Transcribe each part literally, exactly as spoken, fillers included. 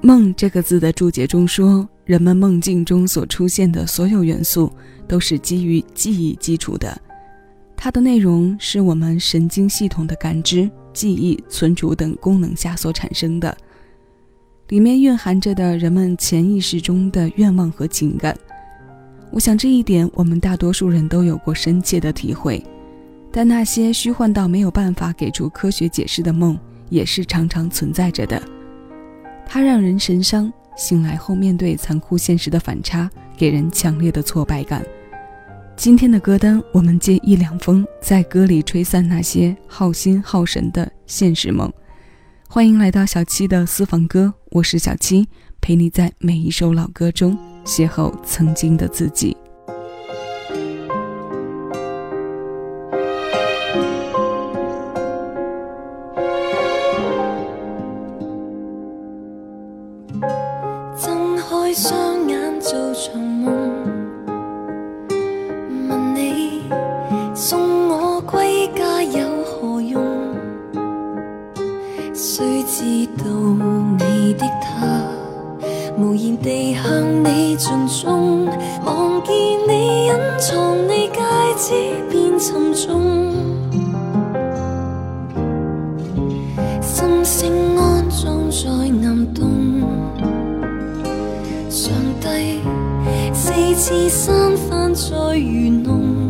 梦这个字的注解中说，人们梦境中所出现的所有元素都是基于记忆基础的，它的内容是我们神经系统的感知、记忆、存储等功能下所产生的，里面蕴含着的人们潜意识中的愿望和情感。我想这一点我们大多数人都有过深切的体会，但那些虚幻到没有办法给出科学解释的梦也是常常存在着的，它让人神伤，醒来后面对残酷现实的反差，给人强烈的挫败感。今天的歌单，我们借一两封，在歌里吹散那些耗心耗神的现实梦。欢迎来到小七的私房歌，我是小七，陪你在每一首老歌中邂逅曾经的自己。 睜開雙眼做場夢，問你送我歸家有何用？誰知道你的他無言地向你盡忠，望見你隱藏你戒指變沉重，心聲安裝在暗洞，上帝四次三番再愚弄，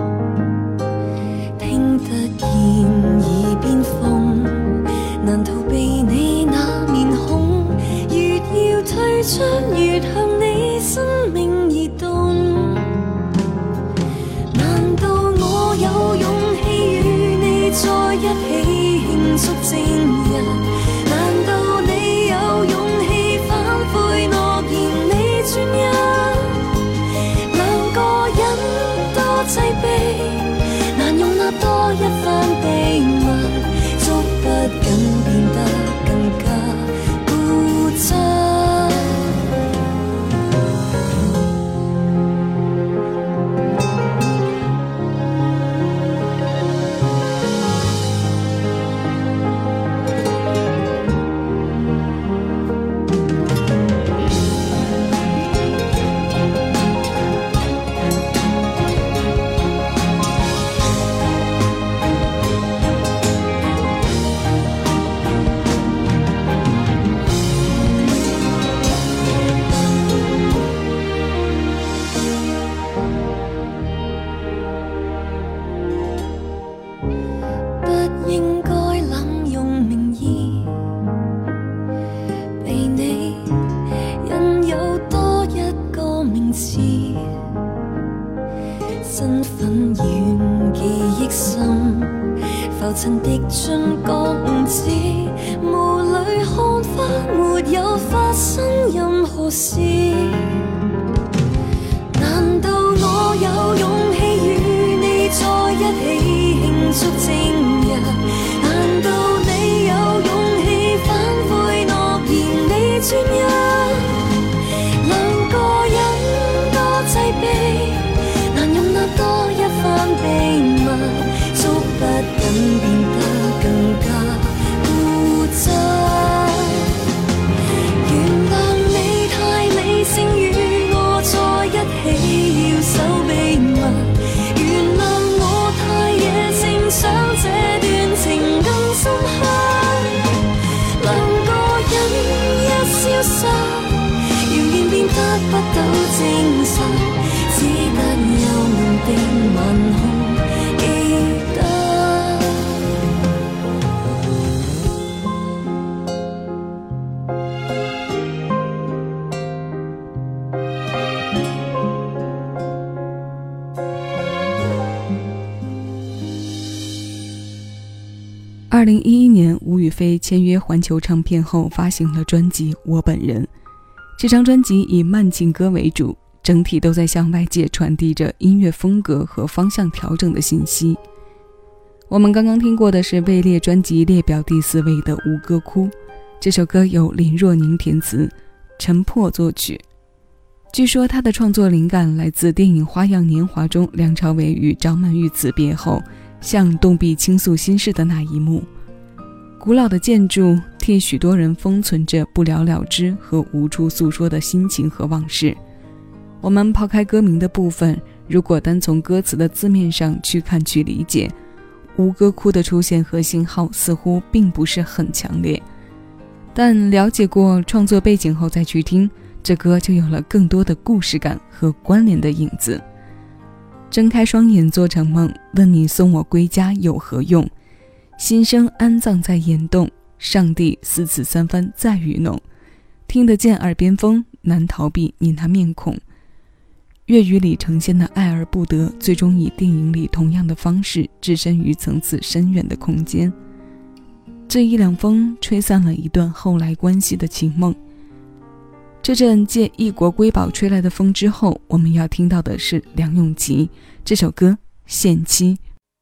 聽得見耳邊風，難逃避你那面孔，越要退出越向你生命移動。難道我有勇氣與你在一起慶祝正日？難道你有勇氣反悔諾言你專一？兩個人多擠迫，難容納多一番秘密，捉不緊變得更加固執。身份遠記憶深，浮塵滴進覺知，霧裏看花沒有發生任何事。難道我有勇氣與你在一起慶祝正日？難道你有勇氣反悔諾言你專一？兩個人多擠迫，多一番秘密，捉不緊變得更加固執。原諒你太理性與我在一起要守秘密，原諒我太野性想這段情更深刻。兩個人一消失，謠言變得不到證實，只得幽暗的晚空記得。 二零一一年，吴雨霏签约环球唱片后发行了专辑《我本人》。这张专辑以慢情歌为主，整体都在向外界传递着音乐风格和方向调整的信息。我们刚刚听过的是位列专辑列表第四位的《吴哥窟》，这首歌由林若宁填词，陈破作曲。据说他的创作灵感来自电影《花样年华》中梁朝伟与张曼玉辞别后向洞壁倾诉心事的那一幕。 古老的建筑替许多人封存着不了了之和无处诉说的心情和往事。我们抛开歌名的部分，如果单从歌词的字面上去看去理解，吴哥窟的出现和信号似乎并不是很强烈，但了解过创作背景后再去听，这歌就有了更多的故事感和关联的影子。睁开双眼做场梦，问你送我归家有何用？心声安葬在岩洞，上帝四次三番在愚弄。听得见耳边风，难逃避你那面孔。粤语里呈现的爱而不得，最终以电影里同样的方式置身于层次深远的空间。这一两风吹散了一段后来关系的情梦。这阵借异国瑰宝吹来的风之后，我们要听到的是梁咏琪这首歌《限期》。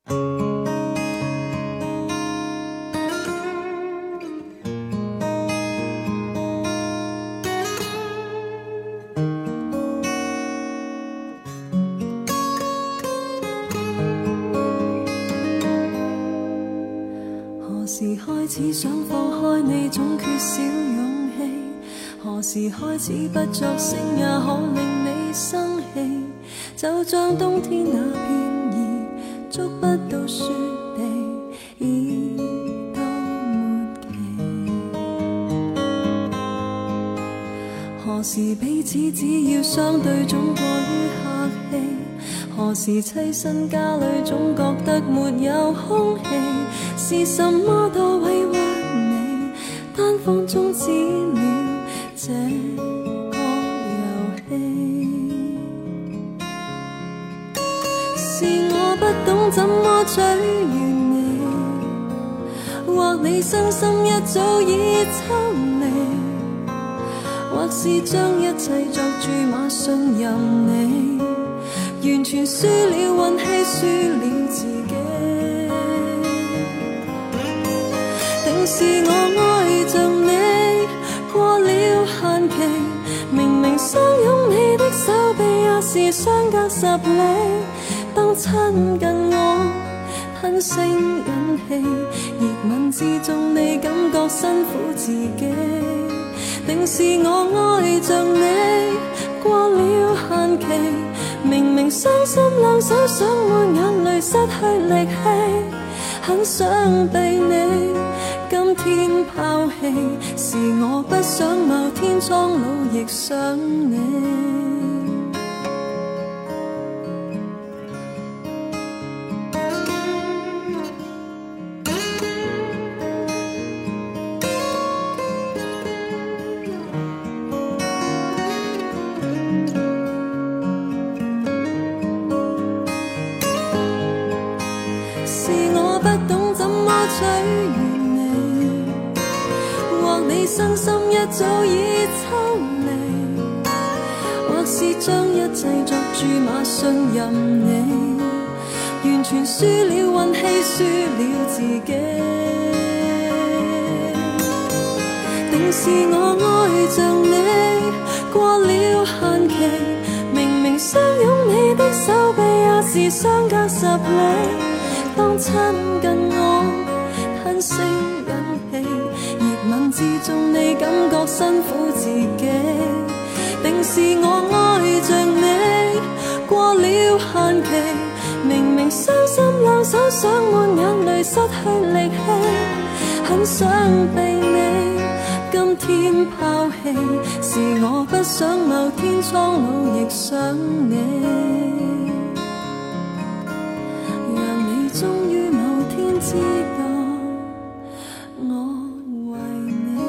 何時開始想放開你，總缺少勇氣？何時開始不作聲也可令你生氣？就像冬天那片葉，觸不到雪地，已到末期。何時彼此只要相對總過於客氣？何時棲身家裏總覺得沒有空氣？是什麼都委屈你，單方終止了這個遊戲。是我不懂怎麼取悦你，或你身心一早已抽離，或是將一切作注碼信任你，完全輸了運氣，輸了自己。定是我愛着你過了限期，明明相擁你的手臂也是相隔十里，當親近我吞聲忍氣，熱吻之中你感覺辛苦自己。定是我愛着你過了限期，明明傷心兩手想抹眼淚失去力氣，很想被你今天拋棄，是我不想某天蒼老亦想你。是我不懂怎麼取悦你，或你身心一早已抽離，或是將一切作注碼信任你，完全輸了運氣，輸了自己。定是我愛着你過了限期，明明相擁你的手臂也是相隔十里，當親近我吞聲忍氣，熱吻之中你感覺辛苦自己。定是我愛着你過了限期，明明傷心兩手想抹眼淚失去力氣，很想被你今天拋棄，是我不想某天蒼老亦想你。終於某天知道我為你。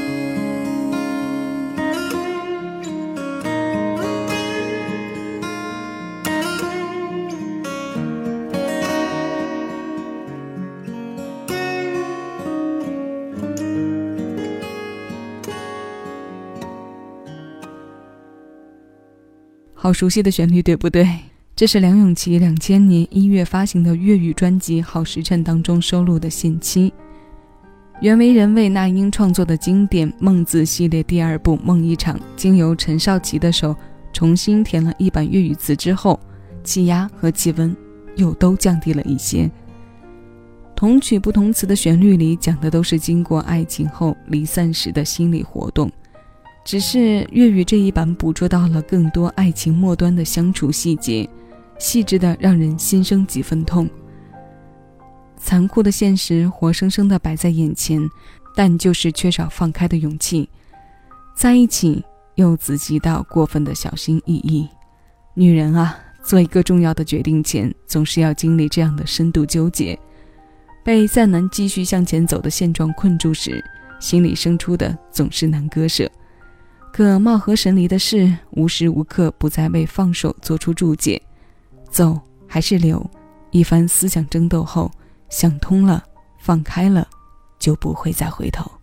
好熟悉的旋律，对不对？这是梁咏琪两千年一月发行的粤语专辑《好时辰》当中收录的《限期》，原为人为那英创作的经典《梦字》系列第二部《梦一场》，经由陈少琪的手重新填了一版粤语词之后，气压和气温又都降低了一些。 同曲不同词的旋律里讲的都是经过爱情后离散时的心理活动，只是粤语这一版捕捉到了更多爱情末端的相处细节，细致的让人心生几分痛。残酷的现实活生生的摆在眼前，但就是缺少放开的勇气。在一起又仔细到过分的小心翼翼。女人啊，做一个重要的决定前，总是要经历这样的深度纠结。被再难继续向前走的现状困住时，心里生出的总是难割舍。可貌合神离的事，无时无刻不在为放手做出注解。走还是留，一番思想争斗后，想通了，放开了，就不会再回头。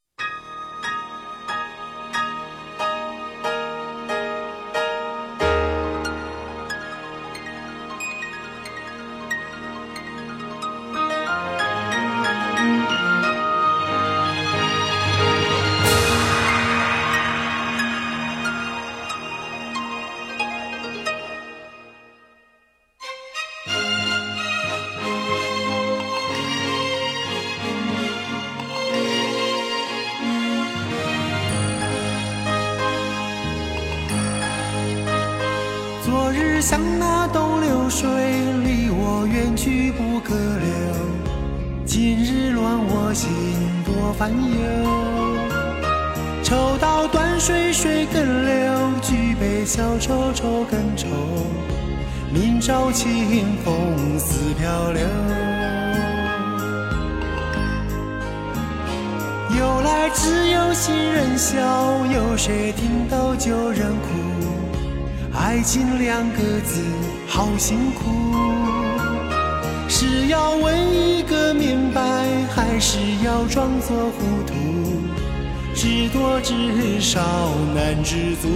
昨日像那东流水，离我远去不可留。今日乱我心多烦忧。抽刀断水水更流，举杯消愁愁更愁。明朝清风似飘流。由来只有新人笑，有谁听到旧人哭？爱情两个字好辛苦，是要问一个明白，还是要装作糊涂？知多知少难知足。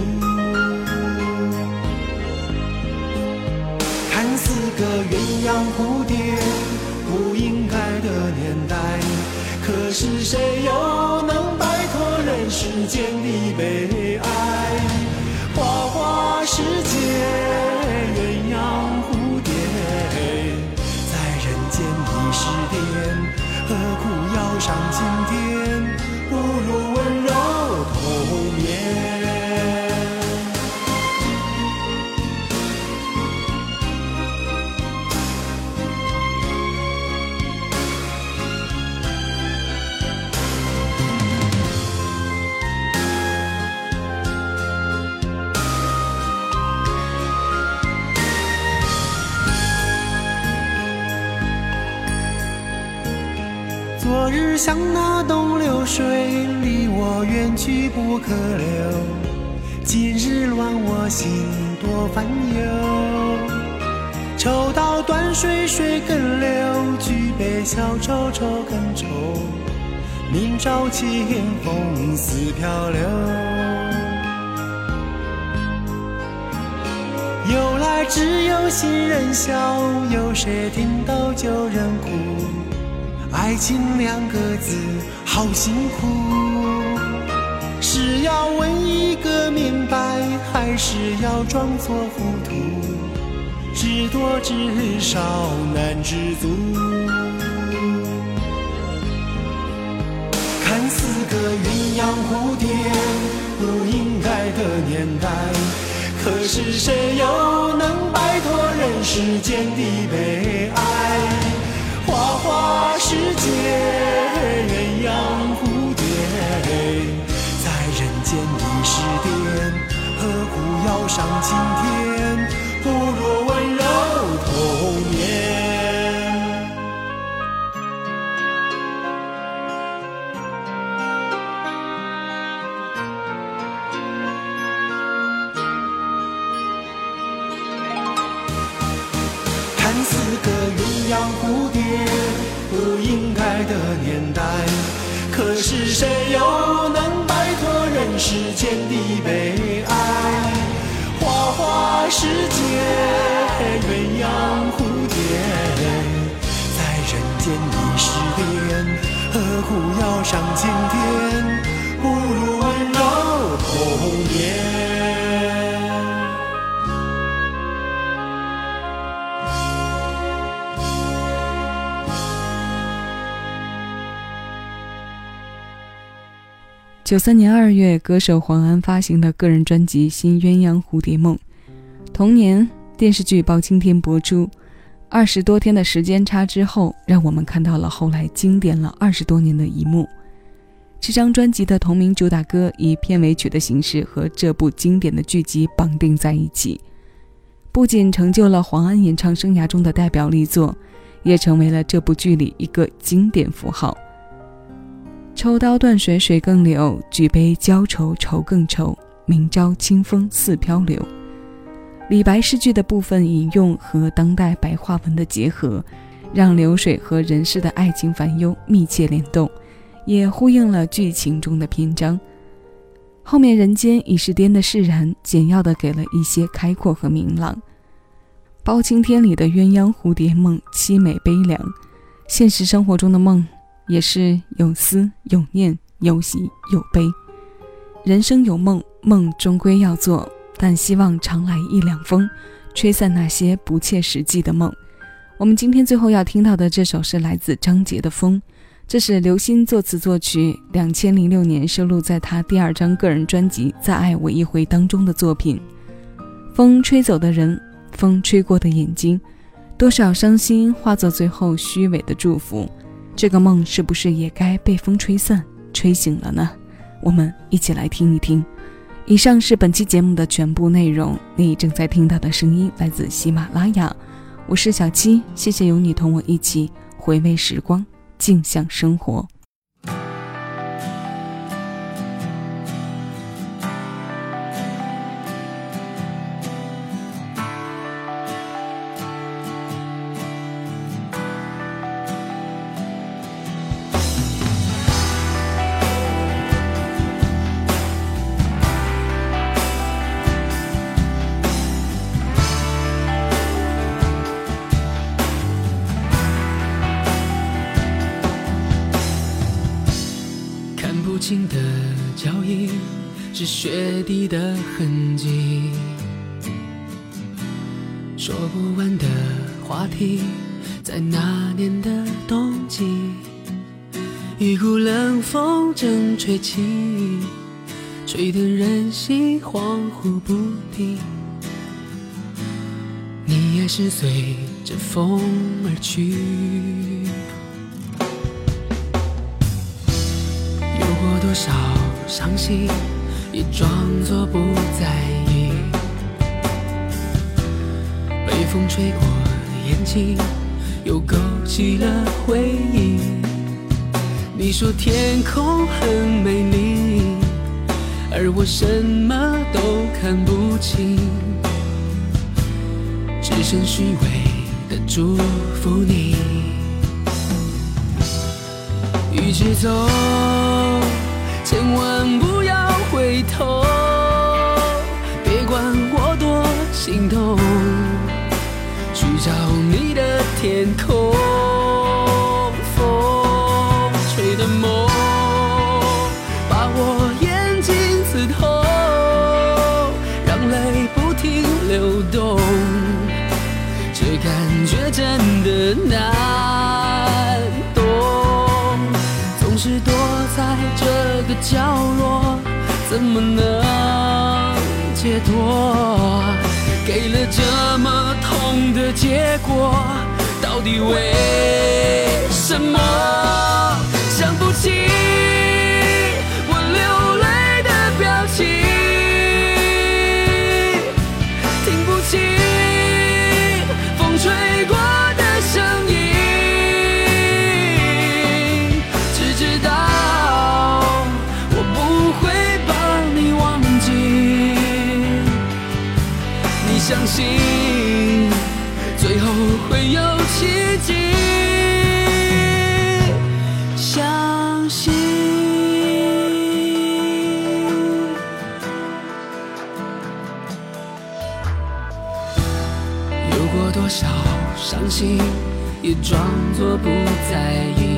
看似个鸳鸯蝴蝶，不应该的年代，可是谁又能摆脱人世间的悲哀？花花世界，鸳鸯蝴蝶，在人间已是癫，何苦要上青天？不如温柔同眠。昨日像那东流水，离我远去不可留。今日乱我心多烦忧。抽刀断水水更流，举杯消愁愁更愁。明朝清风似飘流。由来只有新人笑，有谁听到旧人哭？爱情两个字好辛苦，是要问一个明白，还是要装作糊涂？知多知少难知足。看似个鸳鸯蝴蝶，不应该的年代，可是谁又能摆脱人世间的悲哀？花花世界，鸳鸯蝴蝶，在人间已是癫，何苦要上青天？不如温柔同眠。看似个鸳鸯蝴蝶，不应该的年代，可是谁又能摆脱人世间的悲哀？花花世界，鸳鸯蝴蝶，在人间已是癫，何苦要上青天？不如温柔同眠。 九三年二月，歌手黄安发行的个人专辑《新鸳鸯蝴蝶梦》。同年，电视剧《包青天》播出，二十多天的时间差之后，让我们看到了后来经典了二十多年的一幕。这张专辑的同名主打歌以片尾曲的形式和这部经典的剧集绑定在一起，不仅成就了黄安演唱生涯中的代表力作，也成为了这部剧里一个经典符号。抽刀断水水更流，举杯浇愁愁更愁，明朝清风似漂流。李白诗句的部分引用和当代白话文的结合，让流水和人世的爱情烦忧密切联动，也呼应了剧情中的篇章。后面人间已是颠的释然，简要的给了一些开阔和明朗。包青天里的鸳鸯蝴蝶梦凄美悲凉，现实生活中的梦也是有思有念，有喜有悲。人生有梦，梦终归要做，但希望常来一两风，吹散那些不切实际的梦。我们今天最后要听到的这首是来自张杰的《风》，这是刘鑫作词作曲，两千零六年收录在他第二张个人专辑《再爱我一回》当中的作品。风吹走的人，风吹过的眼睛，多少伤心化作最后虚伪的祝福。这个梦是不是也该被风吹散吹醒了呢？我们一起来听一听。以上是本期节目的全部内容，你正在听到的声音来自喜马拉雅，我是小七，谢谢有你同我一起回味时光，静享生活。 轻的脚印是雪地的痕迹，说不完的话题在那年的冬季，一股冷风正吹起，吹得人心恍惚不定，你也是随着风而去。多少伤心也装作不在意，被风吹过眼睛又勾起了回忆。你说天空很美丽，而我什么都看不清，只剩虚伪的祝福你。一直走，千万不要回头，别管我多心痛，去找你的天空。风吹的梦把我眼睛刺痛，让泪不停流动，这感觉真的难懂。总是躲在这个角落，怎么能解脱？给了这么痛的结果，到底为什么？想不起我流泪的表情，听不清风吹过的声音，只知道我不会把你忘记。你相信最后会有奇迹，相信。有过多少伤心，也装作不在意，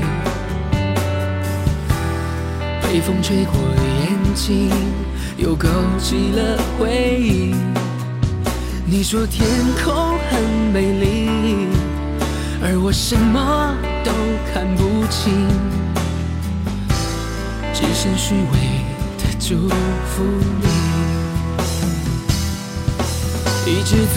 被风吹过眼睛，又勾起了回忆。你说天空很美丽，而我什么都看不清，只剩虚伪祝福你。一直走，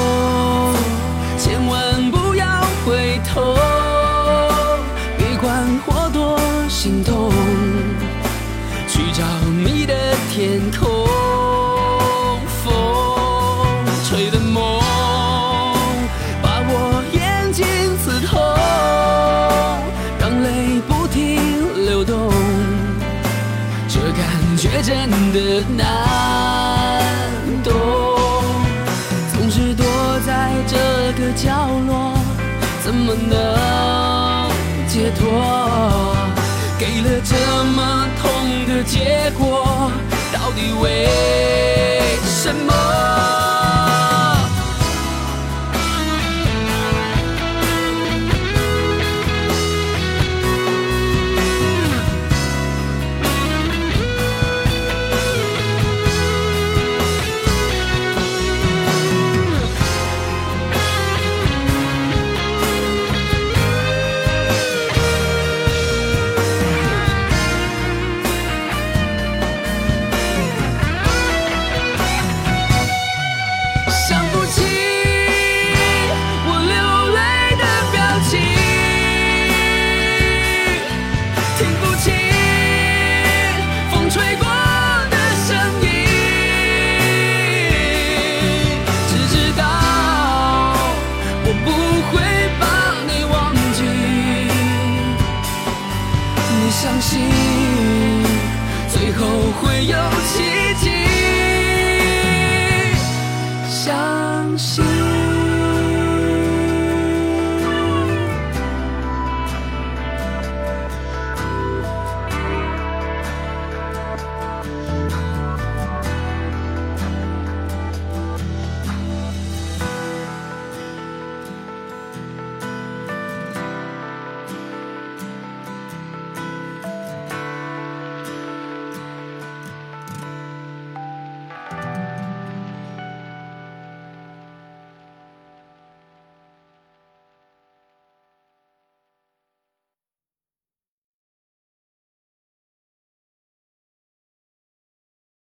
千万不要回头，别管或多心痛，去找你的天空。风吹的梦，把我眼睛刺痛，让泪不停流动，这感觉真的难懂。总是躲在这个角落，怎么能解脱？给了这么痛的结果，到底为什么？相信最后会有奇迹，相信。